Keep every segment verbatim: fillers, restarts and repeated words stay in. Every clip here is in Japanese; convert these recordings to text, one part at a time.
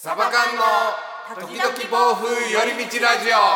サバ缶の時々暴風寄り道ラジオ。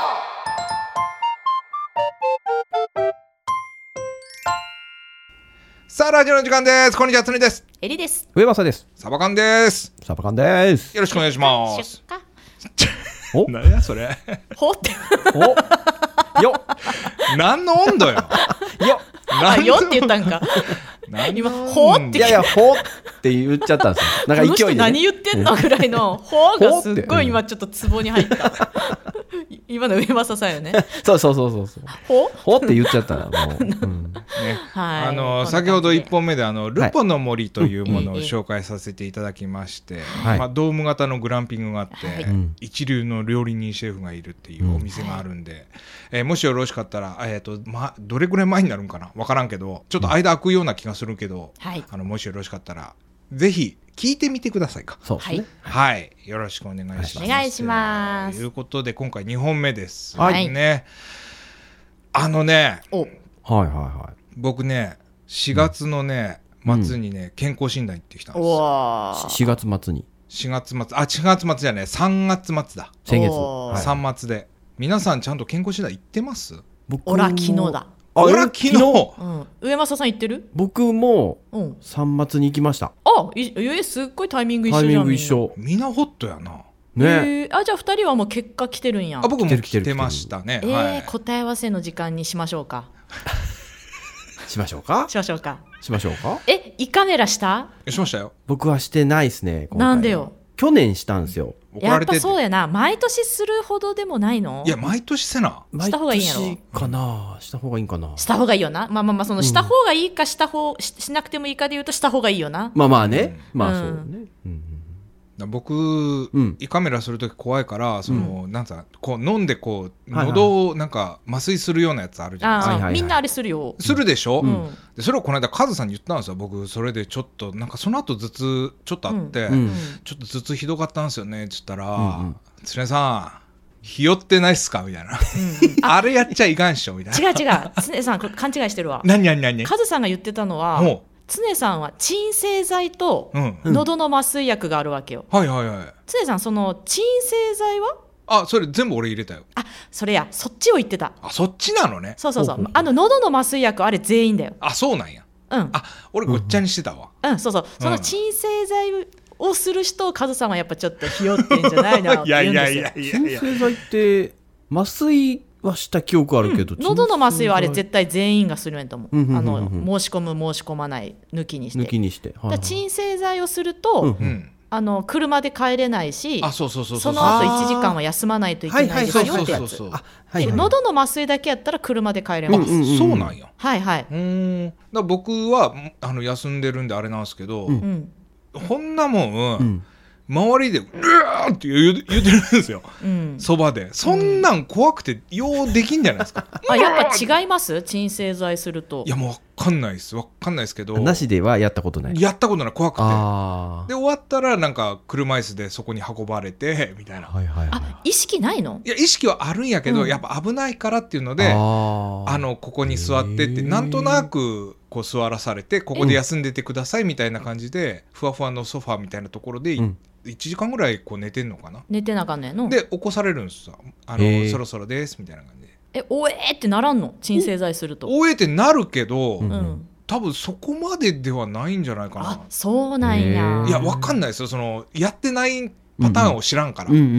さあラジオの時間です。こんにちは、つねです。 エリです。 上政です。 サバ缶です。 サバ缶です。 よろしくお願いします。 お何やそれほっておよ何の温度よよあよって言ったんか今ほっていやいやほって言っちゃったんですよ。なんか勢いで、ね、 何言ってんのぐらいのほがすっごい今ちょっとツボに入った今の上政さんよね。 そうそうそうそうそうほほって言っちゃったらもう、うんね、 はい、 あの先ほどいっぽんめであのルポの森というものを紹介させていただきまして、 はい、 まあ、ドーム型のグランピングがあって、はい、一流の料理人シェフがいるっていうお店があるんで、うん、えー、もしよろしかったら、えーとま、どれぐらい前になるんかな分からんけどちょっと間空くような気がするけど、うん、あのもしよろしかったらぜひ聞いてみてくださいか。 そうですね、 はい、よろしくお願いします。 お願いします。 ということで今回にほんめです、 はいね、あのねおはいはいはい、 僕ねしがつのね、うん、末にね健康診断行ってきたんですよ。 しがつ末にしがつ末あしがつ末じゃねさんがつ末だ。 先月、 はい、さんがつで皆さんちゃんと健康診断行ってます？ 僕オラ昨日だ。 あ俺昨日、 うん、上政さん行ってる？ 僕もさんがつに行きました。 あいえすっごいタイミング一緒じゃん。 タイミング一緒。 みんなホットやな、 ねえー、あじゃあふたりはもう結果来てるんや。 あ僕も来てましたね。 えーはい、 答え合わせの時間にしましょうかしましょうかしましょうかしましょうか。 え胃カメラした？ しましたよ。 僕はしてないですね。 なんでよ。 去年したんですよ。 やっぱそうやな。毎年するほどでもないの？ いや毎年せなした方がいいんやろ。 毎年かな。した方がいいんかな。 した方がいいよな。まあまあまあそのした方がいいかした方、うん、し, しなくてもいいかで言うとした方がいいよな。 まあまあね、うん、まあそうね、 うんうん、僕、うん、胃カメラするとき怖いからその、うん、なんかこう飲んでこう喉をなんか麻酔するようなやつあるじゃないですか、 はいはい、みんなあれするよ。 するでしょ、うん、でそれをこの間カズさんに言ったんですよ。僕それでちょっとなんかその後頭痛ちょっとあって、うん、ちょっと頭痛ひどかったんですよねって言ったら、うんうん、つねさんひよってないっすかみたいな、うん、あ, あれやっちゃいかんっしょみたいな。 違う違うつねさん勘違いしてるわ。 何何何カズさんが言ってたのはつねさんは鎮静剤と喉の麻酔薬があるわけよ、 うん、はいはいはい。 つねさんその鎮静剤はあそれ全部俺入れたよ。 あそれやそっちを言ってた。 あそっちなのね。 そうそうそうあの喉の麻酔薬あれ全員だよ。 あそうなんや、うん、あ俺ごっちゃにしてたわ、 うん、うん、そうそうその鎮静剤をする人をカズさんはやっぱちょっとひよってんじゃないなって言うんですよ。いやいやいやいや鎮静剤って麻酔はした記憶あるけど、 うん、喉の麻酔はあれ絶対全員がするんやと思う、うんうんうんうん、あの申し込む申し込まない抜きにして抜きにして、 はいはい、鎮静剤をすると、うんうん、あの車で帰れないしあそうそうそうそうその後いちじかんは休まないといけないですよってやつ。喉の麻酔だけやったら車で帰れます、 うんうんうん、そうなんや。 はいはい。 うーんだから僕はあの休んでるんであれなんですけど、うん、こんなもん、うん周りでうわーって言う、言うてるんですよ、うん、そばでそんなん怖くてようできんじゃないですか、 うん、あやっぱ違います鎮静剤すると。 いやもう分かんないです分かんないですけどなしではやったことない。 やったことない怖くてで終わったらなんか車椅子でそこに運ばれてみたいな、はいはいはい、 あ意識ないの？ いや意識はあるんやけど、うん、やっぱ危ないからっていうので あ, あのここに座ってってなんとなくこう座らされてここで休んでてくださいみたいな感じでふわふわのソファーみたいなところで、うんいちじかんぐらいこう寝てんのかな。 寝てなあかんねんので起こされるんですよ。あのそろそろですみたいな感じで。 えおえーってならんの鎮静剤すると。 おえーってなるけど、 うん、 多分そこまでではないんじゃないかな。 あそうなんや。 いや分かんないですよそのやってないパターンを知らんから、うんうんうんうん、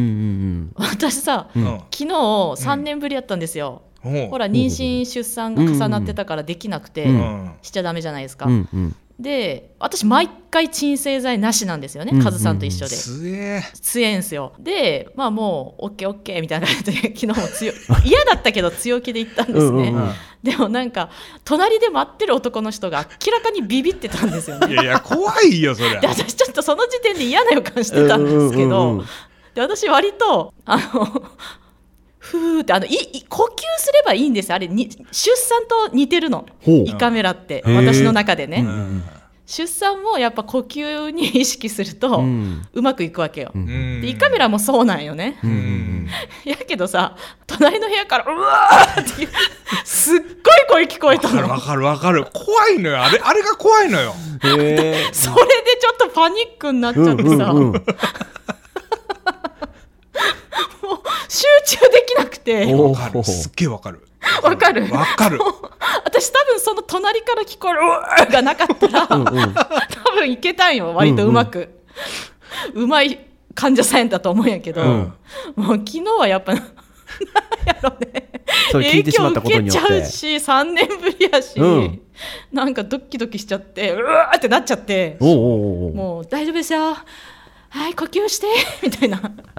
私さ、うん、昨日さんねんぶりやったんですよ、うん、ほら妊娠出産が重なってたからできなくて、うん、しちゃダメじゃないですか、うんうんで私毎回鎮静剤なしなんですよね、うんうん、カズさんと一緒でつえ強いんすよ。でまあもうオッケーオッケーみたいな感じで昨日も強嫌だったけど強気で行ったんですねうん、うん、でもなんか隣で待ってる男の人が明らかにビビってたんですよね。 いやいや怖いよそれ。 で私ちょっとその時点で嫌な予感してたんですけど、うんうんうん、で私割とあのふーってあのいい呼吸すればいいんですあれに出産と似てるの胃カメラって私の中でね、うんうん、出産もやっぱ呼吸に意識するとうまくいくわけよ、うん、で胃カメラもそうなんよね、うん、やけどさ隣の部屋からうわーってすっごい声聞こえたの。 わかるわかるわかる怖いのよあれあれが怖いのよ。 それでちょっとパニックになっちゃってさ、うんうんうんて。 わかる、すっげえわかる。 わかる。 わかる。 私多分その隣から聞こえるうわーがなかったらうん、うん、多分いけたんよ、割とうまく、うんうん、うまい患者さんやったと思うんやけど、うん、もう昨日はやっぱなんやろね、 それ聞いてしまったことによって影響受けちゃうしさんねんぶりやし、うん、なんかドキドキしちゃってうわーってなっちゃって、 おうおうおう、 もう大丈夫ですよ、はい呼吸してみたいな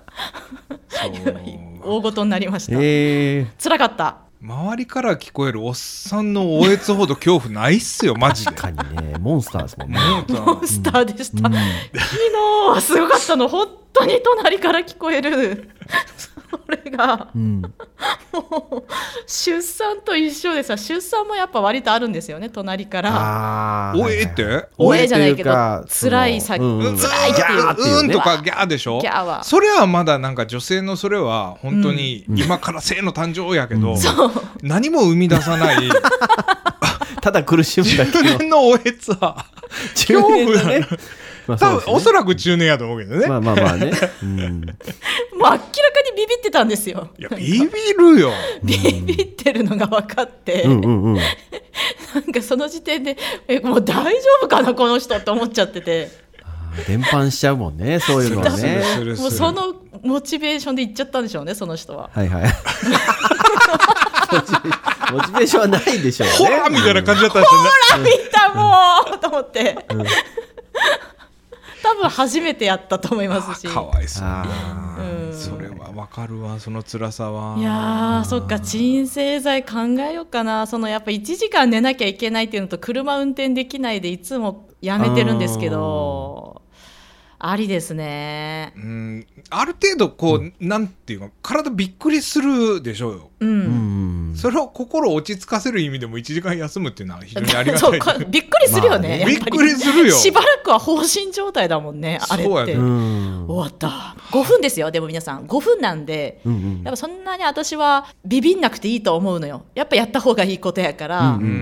大ごとになりました、えー、辛かった。 周りから聞こえるおっさんのおえつほど恐怖ないっすよマジで。 確かにね、モンスターですもんね。 モンスターでした、うん、昨日はすごかったの、本当に隣から聞こえるそれが、うん、もう出産と一緒でさ、出産もやっぱ割とあるんですよね、隣から。 おえっておえじゃないけど辛いさ、 うんうん、辛いっていううんとかギャーでしょ。ギャーはそれはまだなんか女性のそれは本当に今から性の誕生やけど、うん、何も生み出さないただ苦しむだけの中年のおえつは中年だねまあ多分おそらく中年やと思うけどね。 まあまあまあね、うん、 もう明らかにビビってたんですよ。 いやビビるよビビってるのが分かって、うんうんうん、なんかその時点でえもう大丈夫かなこの人って思っちゃってて、 伝播しちゃうもんね、そういうのね。 もうそのモチベーションで行っちゃったんでしょうね、その人は。 はいはいモチベーションはないでしょうね。 ホラーみたいな感じだったんですよね。 ホラー見たもうと思って、うん、多分初めてやったと思いますし。 かわいそうな、うん、それはわかるわ、その辛さは。 いやーそっか、鎮静剤考えようかな。そのやっぱいちじかん寝なきゃいけないっていうのと、車運転できないでいつもやめてるんですけど、ありですね。 うん、ある程度こう、うん、なんていうか体びっくりするでしょうよ、うん、それを心を落ち着かせる意味でもいちじかん休むっていうのは非常にありがたいそうびっくりするよね、まあ、ね、 びっくりするよ。 しばらくは放心状態だもんね、あれって。そうやね、終わったごふんですよ。でも皆さんごふんなんで、うんうん、やっぱそんなに私はビビんなくていいと思うのよ。やっぱやった方がいいことやから、うんうん、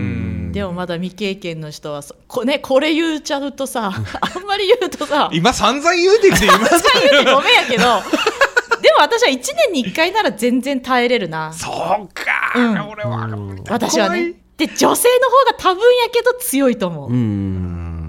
でもまだ未経験の人はこ、ね、これ言っちゃうとさあんまり言うとさ今散々言うてきて今散々 言うてごめんやけどでも私はいちねんにいっかいなら全然耐えれるな。 そうか、うん、俺は私はね。で女性の方が多分やけど強いと思う。うん、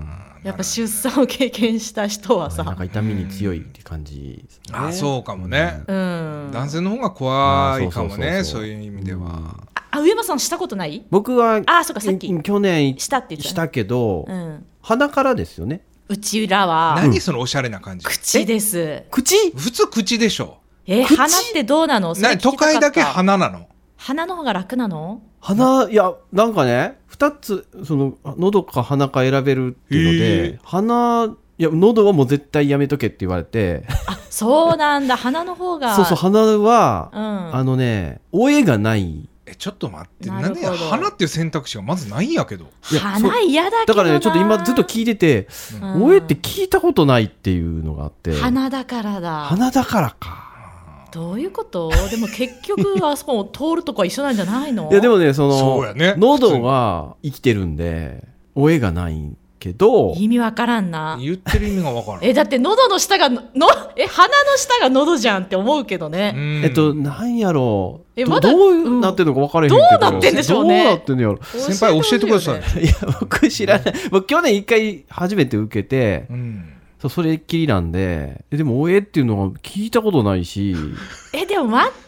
やっぱ出産を経験した人はさ、 なんか痛みに強いって感じですね。 あ、そうかもね、うん、男性の方が怖いかもね、そういう意味では。 あ、上間さんしたことない？ 僕はあ、そうか、さっき去年したって言ってた、ね、 したけど、うん、鼻からですよね。 うちらは何そのおしゃれな感じ。 口です。 口？ 普通口でしょ。 え、鼻ってどうなの？ な都会だけ鼻なの？ 鼻の方が楽なの？ 鼻、いやなんかね、ふたつその喉か鼻か選べるっていうので、鼻、いや喉はもう絶対やめとけって言われて。 あ、そうなんだ。鼻の方が。 そうそう、鼻は、うん、あのね、おえがない。 え、ちょっと待って、なんで鼻っていう選択肢がまずないんやけど。 鼻嫌だけどな。 だからね、ちょっと今ずっと聞いてて、うん、おえって聞いたことないっていうのがあって。 鼻だからだ。 鼻だからか。 どういうこと？でも結局あそこを通るとこは一緒なんじゃないの？ いやでもね、そのそうやね、 喉は生きてるんでおえがないけど、 意味わからんな。 言ってる意味がわからん。 え、だって喉の下がのえ鼻の下が喉じゃんって思うけどね。 えっとなんやろう、えまだどうなってるのか分からへんけど、 どうなってんでしょうね。 どうなってんのやろ。 先輩教えてください。 いや僕知らない。僕去年一回初めて受けて、うん、そ, それっきりなんで。でもおえっていうのは聞いたことないし。 えでも待って、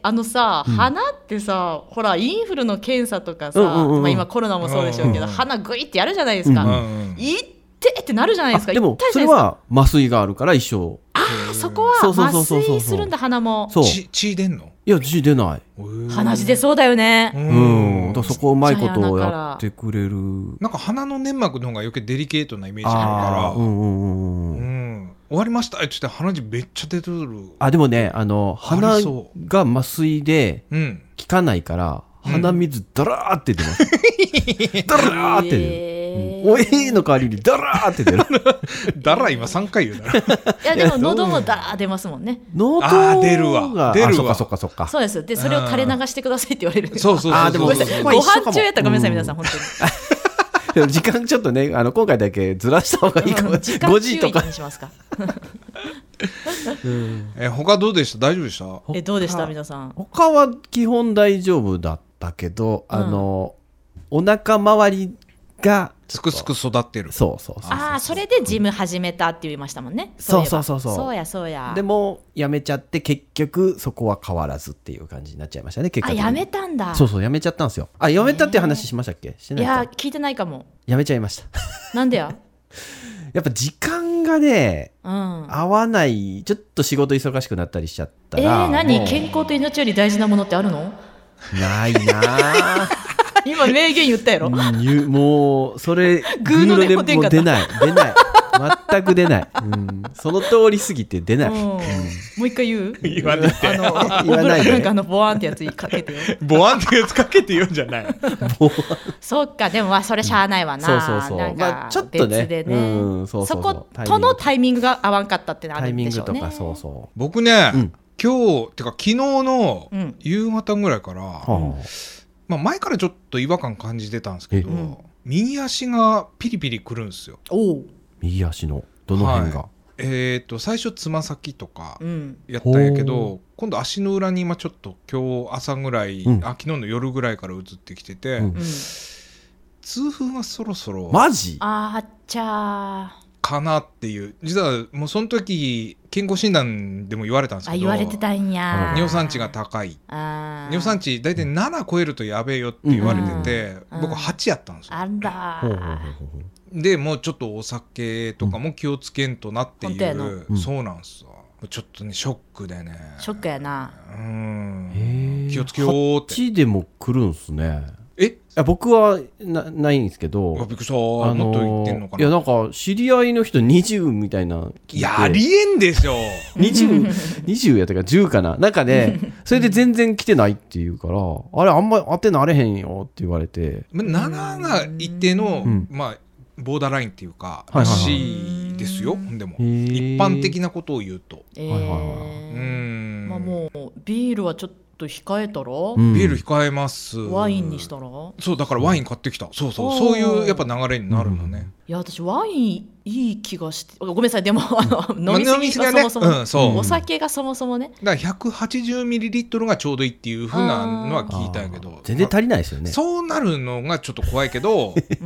あのさ、うん、鼻ってさ、ほらインフルの検査とかさ、うんうんうん、まあ、今コロナもそうでしょうけど、うんうん、鼻グイってやるじゃないですか、うんうん、いってってなるじゃないですか。 でもそれは麻酔があるから一緒。 ああ、そこは麻酔するんだ。鼻もそう血、血出んの？ いや血出ない。 鼻血出そうだよね。 うん、だからそこをうまいことをやってくれる。 なんか鼻の粘膜の方が余計デリケートなイメージあるから、うんうんうんうん、終わりましたって言って鼻血めっちゃ出てる。 あ、でもね、あの鼻が麻酔で効かないから、うん、鼻水ダラーって出ます、うん、ダラーって出る、えー、おえーの代わりにダラーって出るダラー今さんかい言うな。いやでも喉もダラー出ますもんね。 喉が出るわ出るわ。 そっかそっかそっか。 そうです。でそれを垂れ流してくださいって言われる。 そうそうそうそう。 あ、でもご飯中やったらごめんなさい皆さん本当に。 でも時間ちょっとね、あの今回だけずらした方がいいかも。 時間注意にしますか。 うん、 え他どうでした？大丈夫でした？ えどうでした皆さん？ 他は基本大丈夫だったけど、うん、あのお腹周りがすくすく育ってる。 そうそうそうそう。 ああそれでジム始めたって言いましたもんね。 そうそうそうそう。 そうやそうや。 でもやめちゃって結局そこは変わらずっていう感じになっちゃいましたね。結果的に。 あやめたんだ。 そうそうやめちゃったんですよ。あやめたっていう話しましたっけ？してないか。 いや聞いてないかも。 やめちゃいました。 なんでや？ やっぱ時間がね、 うん、 合わない。ちょっと仕事忙しくなったりしちゃったら。 えー、何健康と命より大事なものってあるの？ ないな今名言言ったやろ、うん、 もうそれグーの音も出んかった。 出ない出ない全く出ない、うん、その通りすぎて出ない、うんうん、もう一回言う？ 言わないで。 あの言わないで。なんかあのボワンってやつかけてよ。 ボワンってやつかけてよじゃない。 そっかでもそれしゃあないわな、 うん、そうそうそうなんかまあ、ちょっとね別でね、 うん、そうそうそうそことのタイミングが合わんかったってのあるんでしょうね。 タイミングとかそうそう僕ね、うん、今日てか昨日の夕方ぐらいから、うんまあ、前からちょっと違和感感じてたんですけど、うん、右足がピリピリくるんですよ。 お右足のどの辺が、 はい、えー、と最初つま先とかやったんやけど、うん、今度足の裏に今ちょっと今日朝ぐらい、うん、あ昨日の夜ぐらいから移ってきてて、うん、痛風がそろそろマジあっちゃーかなっていう。実はもうその時健康診断でも言われたんですけど、 あ言われてたんや。 尿酸値が高い、あ尿酸値だいたいなな超えるとやべえよって言われてて、うん、僕はちやったんですよ。 あらでもうちょっとお酒とかも気をつけんとなっていう、うん、そうなんですよ。ちょっとねショックでね。 ショックやな。 うん気をつけようって。はちでも来るんすね。 え僕は な, ないんですけど、 びっくりした、あのー、もっと言ってんのかな。 いやなんか知り合いの人にじゅうみたいな聞いて、 いやありえんでしょ。 にじゅう にじゅうやったかじゅうかな、なんかねそれで全然来てないっていうからあれあんま当てなれへんよって言われて、 ななが一定の、うん、まあボーダーラインっていうからしいですよ。でも一般的なことを言うと、 えーはいはいはい、うんまあもうビールはちょっと控えたら、うん、ビール控えます。 ワインにしたら、 そうだからワイン買ってきた、うん、そうそうそういうやっぱ流れになるのね、うん、 いや私ワインいい気がして、ごめんなさいでもあの飲みすぎがそもそも、ねうん、そうお酒がそもそもねだから ひゃくはちじゅうミリリットル がちょうどいいっていう風なのは聞いたんやけど、 全然足りないですよね。 そうなるのがちょっと怖いけど、うん、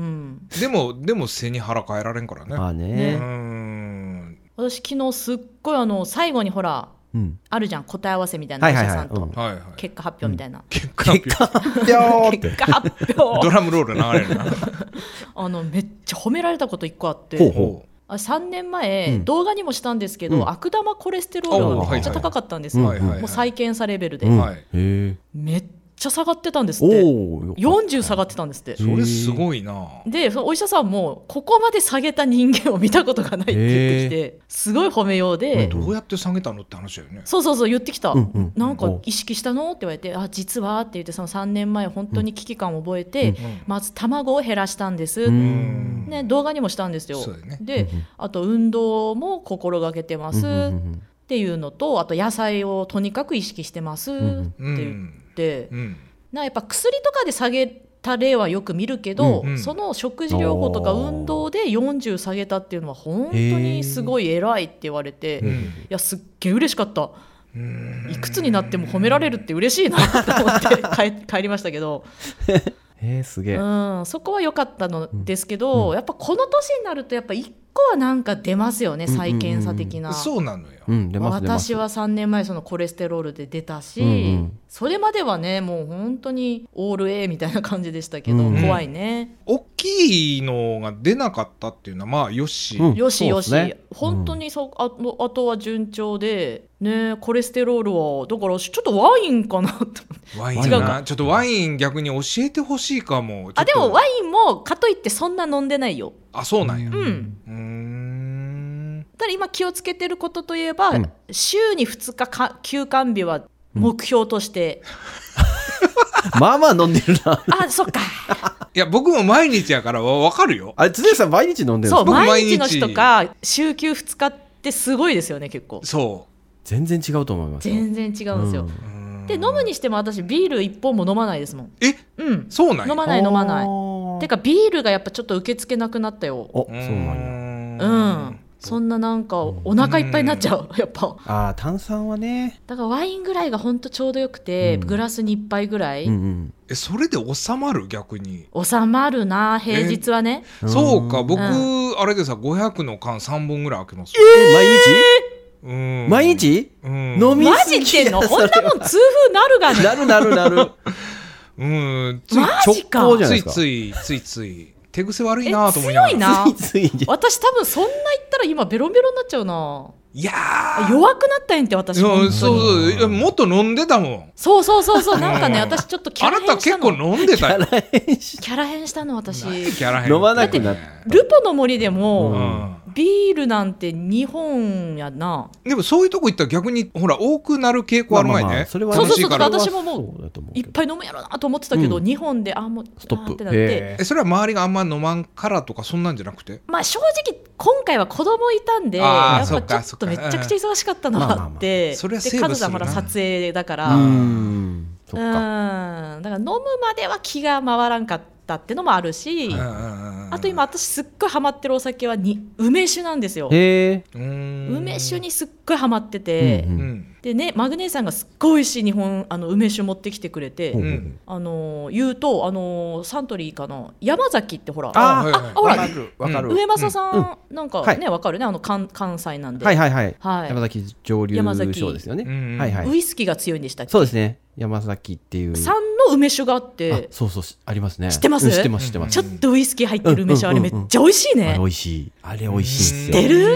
でもでも背に腹変えられんからね。 まあね、 ねうん私昨日すっごいあの最後にほらうん、あるじゃん答え合わせみたいなお医者さんと結果発表みたいな、うん、 結果発表結果発表ドラムロール流れるなあのめっちゃ褒められたこといっこあって、ほうほうあさんねんまえ、うん、動画にもしたんですけど、うん、悪玉コレステロールがめっちゃ高かったんですよ、はいはい、もう再検査レベルで、うんはい、めっめっちゃ下がってたんですって。よんじゅう下がってたんですって。 それすごいな。 でそのお医者さんもここまで下げた人間を見たことがないって言ってきて、すごい褒めようで、 どうやって下げたのって話だよね。 そうそうそう言ってきた、うんうん、なんか意識したのって言われて、あ実はって言って、そのさんねんまえ本当に危機感を覚えて、うん、まず卵を減らしたんです、うんね、動画にもしたんですよ。そうだよね。であと運動も心がけてます、うんっていうのと、あと野菜をとにかく意識してますって言って、うんうん、なやっぱ薬とかで下げた例はよく見るけど、うんうん、その食事療法とか運動でよんじゅう下げたっていうのは本当にすごい偉いって言われて、いやすっげえ嬉しかった。いくつになっても褒められるって嬉しいなと思って帰, 帰りましたけどえー、すげえ、 うん、そこは良かったのですけど、うん、やっぱこの年になるとやっぱいっこはなんか出ますよね、再検査的な、うんうんうん、 そうなのよ、 うん、出ます出ます。 私はさんねんまえそのコレステロールで出たし、うんうん、それまではねもう本当にオール A みたいな感じでしたけど、うんうん、怖いね。 大きいのが出なかったっていうのはまあよし、 うん、よしよし、ね、本当にそ、うん、あ, あとは順調でね、コレステロールはだからちょっとワインかなと。 ワインな、ちょっとワイン逆に教えてほしいかも。 あでもワインもかといってそんな飲んでないよ。 あそうなんや。 うん、うーんただ今気をつけてることといえば、うん、週にふつかか休館日は目標として、 うん、まあまあ飲んでるな。 あそっかいや僕も毎日やから分かるよ。 あ常さん毎日飲んでるんですか。 そう毎日の日とか週休ふつかってすごいですよね結構。 そう全然違うと思いますよ。 全然違うんですよ、うん、で飲むにしても私ビールいっぽんも飲まないですもん。 え、 うん、 そうなんや。 飲まない飲まない。てかビールがやっぱちょっと受け付けなくなったよ。 あそうなんや。 うんそんななんかお腹いっぱいになっちゃう、うん、やっぱあー炭酸はねだからワインぐらいがほんとちょうどよくて、うん、グラスにいっぱいぐらい、うんうん、 えそれで収まる逆に収まるな平日はねそうか僕、うん、あれでさごひゃくの缶さんぼんぐらい開けますえー、毎日うん、 毎日、うん、飲みマジってんのこんなもん痛風なるがねなるなるなるうんついマジか直行じゃないですかついついついつい手癖悪いなと思いながら強いなついつい私多分そんな言ったら今ベロンベロンになっちゃうないや弱くなったんやんって私そうそうそうもっと飲んでたもんそうそうそうそうなんかね私ちょっとキャラ変したのあなた結構飲んでたよキャラ変しキャラ変したの私キャラ変飲まなくなっルポの森でも、 うんビールなんてにほんやなでもそういうとこ行ったら逆にほら多くなる傾向ある前ね、まあまあまあそれはそうそうそうから私ももういっぱい飲むやろなと思ってたけど、うん、にほんであもうストップってなってえそれは周りがあんま飲まんからとかそんなんじゃなくてまあ正直今回は子供いたんでやっぱちょっとめちゃくちゃ忙しかったなって、まあまあまあ、でカズさんほら撮影だからうんそっかうんだから飲むまでは気が回らんかったってのもあるし、うんうんうん、あと今私すっごいハマってるお酒はに梅酒なんですよ。 へー梅酒にすっごいハマってて、 うんうん、でねマグネーさんがすっごい美味しい日本あの梅酒持ってきてくれて、うん、あの言うとあのサントリーかな山崎ってほらああ、 はいはい、 あほらわかるわかる上政さん、うん、なんかねわ、 はい、 かるねあの 関, 関西なんではいはいはい、 はい、 山崎蒸留所ですよね、 うん、 はいはい、 ウイスキーが強いんでしたっけ。 そうですね山崎っていうさんの梅酒があってそうそうありますね知ってます、 うん、知ってます知ってますちょっとウイスキー入ってる梅酒、うんうんうん、あれめっちゃ美味しいね。 あれ美味しいあれ美味しいんすよ。 知ってる、 うん、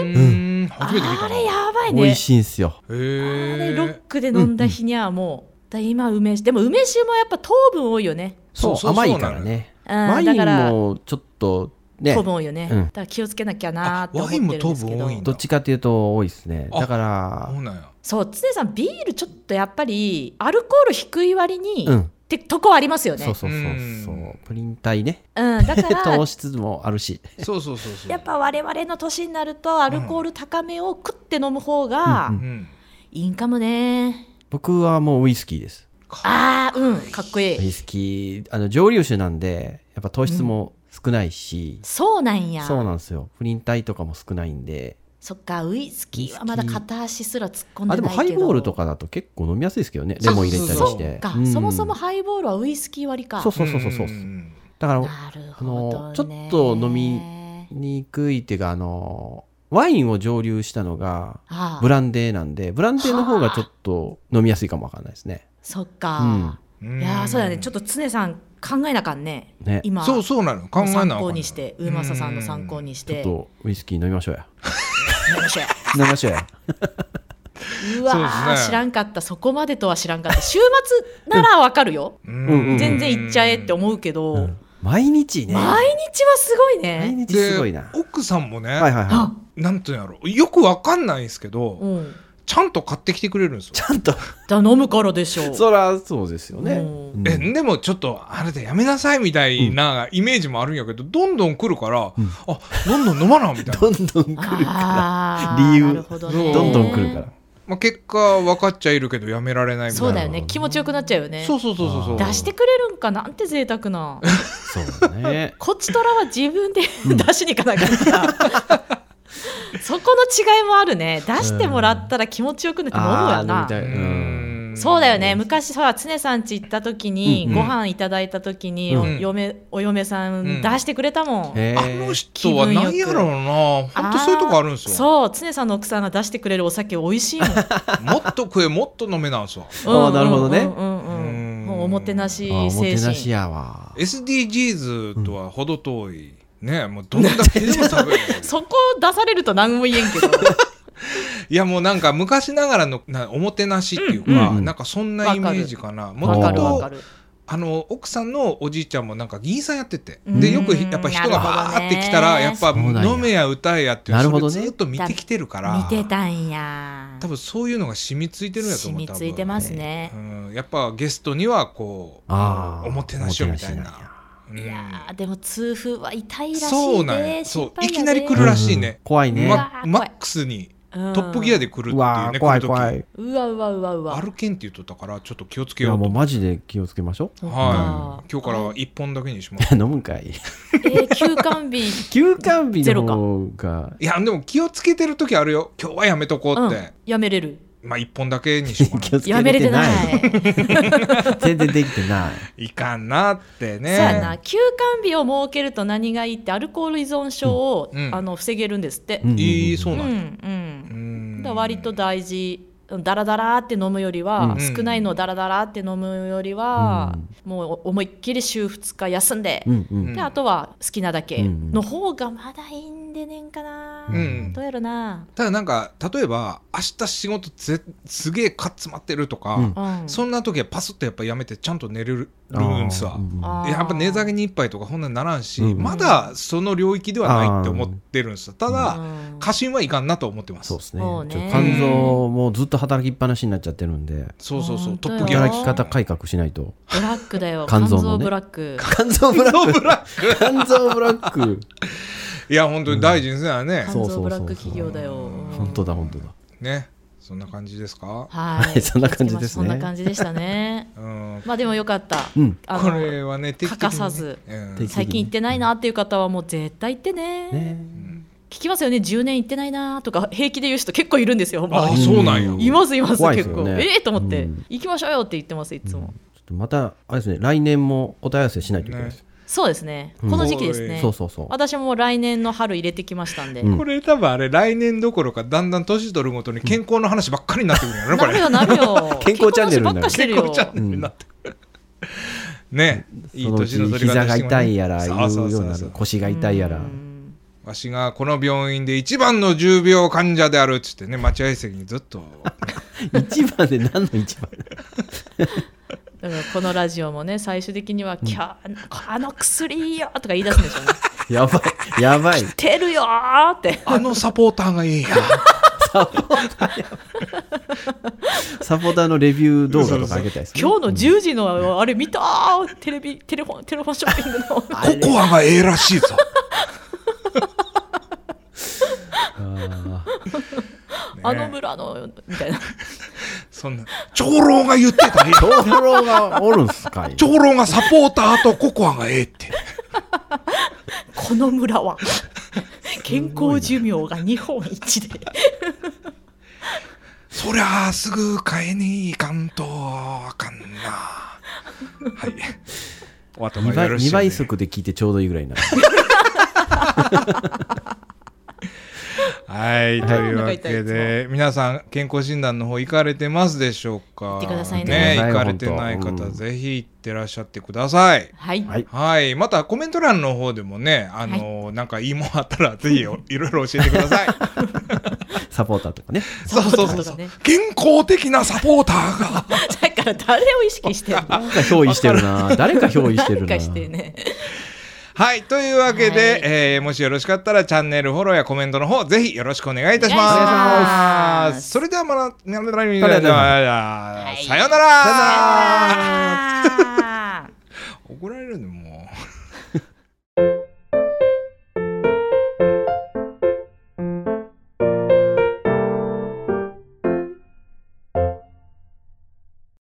初めて聞いたあれやばいね美味しいんすよ。 あれロックで飲んだ日にはもう、うんうん、今梅酒でも梅酒もやっぱ糖分多いよね。 そうそう甘いからね、うん、ワインもちょっとね糖分多いよね、うん、だから気をつけなきゃなって思ってるんですけどワインも糖分多いんだ。 どっちかっていうと多いですね。だからそうなんやそう常さんビールちょっとやっぱりアルコール低い割に、 うん、 ってとこありますよね。 そうそうそうそうプリン体ね、 うん、だから糖質もあるしそうそうそうそうやっぱ我々の年になるとアルコール高めを食って飲む方がいいんかもね。 僕はもうウイスキーです。 あーうんかっこいい。 ウイスキーあの蒸留酒なんでやっぱ糖質も少ないし、 うん、そうなんや。 そうなんですよプリン体とかも少ないんで。 そっかウイスキーはまだ片足すら突っ込んでないけど。 あでもハイボールとかだと結構飲みやすいですけどねレモン入れたりして。 そっか、 うん、 そもそもハイボールはウイスキー割りか。 そうそうそうそうそうだからなるほど、ね、 あのちょっと飲みにくいっていうかあのワインを蒸留したのがブランデーなんで、はあ、ブランデーの方がちょっと飲みやすいかもわかんないですね。 そっか、うん、いやそうだねちょっと常さん考えなあかん ね, ね今そうそうなの考えなあかん参考にして上政さんの参考にしてちょっとウイスキー飲みましょうや飲みましょうや飲みましょうやうわー、ね、知らんかったそこまでとは知らんかった週末ならわかるよ、うん、全然行っちゃえって思うけど、うん、 毎日ね毎日はすごいね。 毎日すごいな。 奥さんもね、 はいはいはい、 なんていうんやろよくわかんないんですけど、うん、ちゃんと買ってきてくれるんですよ。 ちゃんと頼むからでしょう。 そりゃそうですよね、 うん、えでもちょっとあれでやめなさいみたいなイメージもあるんやけど、うん、どんどん来るから、うん、あどんどん飲まなみたいなどんどん来るから理由、ね、どんどん来るから、 まあ、結果分かっちゃいるけどやめられないみたいな。 そうだよね気持ちよくなっちゃうよね。 そうそうそうそう出してくれるんかなんて贅沢なそうねこっちとらは自分で出しに行かなきゃいけないそこの違いもあるね。出してもらったら気持ちよくなって飲むよな、うん、そうだよね。昔ほら常さん家行った時に、うんうん、ご飯いただいた時に、うん、お, 嫁お嫁さん出してくれたもん、うん、 あの人は何やろうな本当そういうとこあるんですよ。 そう常さんの奥さんが出してくれるお酒美味しいもんもっと食えもっと飲めなんですわあなるほどね、 うんうんうんうん、もうおもてなし精神。 おもてなしやわ。 エスディージーズ とは程遠い、うんね、もうどんだけでも食べるそこ出されると何も言えんけどいやもうなんか昔ながらのなおもてなしっていうか、うんうん、なんかそんなイメージかな。もともとあの奥さんのおじいちゃんもなんか議員さんやってて、でよくやっぱ人がバーって来たらやっぱ飲めや歌えやっていうそれずっと見てきてるから見てたんや。 多分そういうのが染みついてるんやと思う。 染みついてますね、 うん、やっぱゲストにはこうおもてなしをみたいな。 いやでも痛風は痛いらしいね。 そうなんや。そういきなり来るらしいね、 うん、怖いね、 ま、マックスに、 ううん、 トップギアで来るっていうね。 うわー怖い怖い。 うわうわうわうわ。 歩けんって言っとったからちょっと気をつけいやようと。 もうマジで気をつけましょう。 はい。今日からはいっぽんだけにします。 飲むんかい。 えー、休館日休館日の方が。 いやでも気をつけてる時あるよ。今日はやめとこうって。うん、 やめれる。 まあ一本だけにしようかな。 やめれてない。 全然できてない。 いかんなってね。 そうやな。休館日を設けると何がいいってアルコール依存症を、うん、あの防げるんですって。 うん、いいそうなんだ。 うんうん。だ割と大事。ダラダラって飲むよりは、うん、少ないのをダラダラって飲むよりは、うん、もう思いっきり週ふつか休んで、うんうん、であとは好きなだけの方がまだいいんでねんかな、うん、どうやろな。 ただなんか例えば明日仕事ぜすげえかっ詰まってるとか、うん、そんな時はパスッとやっぱやめてちゃんと寝れるんすわ、うん、やっぱ寝酒に一杯とかほんなにならんし、うん、まだその領域ではないって思ってるんですよ。ただ、うん、過信はいかんなと思ってます。 そうですね。肝臓もずっと働きっぱなしになっちゃってるんで、 そうそうそう、トップギア働き方改革しないと。 ブラックだよ。 肝臓のね、 肝臓ブラック。 肝臓ブラック。肝臓ブラック。 いや本当に大事ですよね。 肝臓ブラック企業だよ。 本当だ本当だ。 ね。そんな感じですか。 はい、 そんな感じですね。 そんな感じでしたね。うん、まあでもよかった。 うん、これはね、 欠かさず、うん、最近行ってないなっていう方はもう絶対行ってね。ね、聞きますよね。じゅうねん行ってないなとか平気で言う人結構いるんですよ。 ああそうなんよ。 いますいます、 ね、 結構。ええー、と思って、うん、行きましょうよって言ってますいつも。うん、ちょっとまたあれですね。来年も答え合わせしないといけないです。ね、 そうですね、この時期ですね、 うん、そうそうそう。 私も来年の春入れてきましたんで、 うん、これ多分あれ来年どころかだんだん年取るごとに健康の話ばっかりになってくるよね、うん、これなるよなるよ健康チャンネルになる。 健康チャンネルになってくる、うん、ね、いい年の取り方しても、ね、 膝が痛いやらいうような腰が痛いやら、 わしがこの病院で一番の重病患者であるっつってね、待合席にずっと一番で何の一番だからこのラジオもね、最終的にはキャ、うん、あの薬よとか言い出すんでしょうね。 やばいやばい、 来てるよってあのサポーターがいいやサポーターサポーターのレビュー動画とか上げたいですね。 今日のじゅうじのあれ見たー、テレビテレフォンテレフォンショッピングのココアがええらしいぞあの村のみたいなそんな長老が言ってたね。 長老がおるんすかい。 長老がサポーターとココアがええってこの村は健康寿命が日本一でそりゃあすぐ買いに行かんとあかんな。はいお後がよろしい、ね、 にばい速で聞いてちょうどいいぐらいになるはい、というわけで皆さん健康診断の方行かれてますでしょうか。 行ってくださいね。 ね、行かれてない方、うん、ぜひ行ってらっしゃってください。 はい、 はい、またコメント欄の方でもね、あの、はい、なんかいいもんあったらぜひいろいろ教えてください。 サポーターとかね。 そうそうそうそう、ね、健康的なサポーターがだから誰を意識してるの。 なんか憑依してるな。誰か憑依してるな。 誰かしてね。 はい、というわけで、はい、えー、もしよろしかったらチャンネルフォローやコメントの方ぜひよろしくお願いいたします。それではまた、はい、さようなら。 さようなら。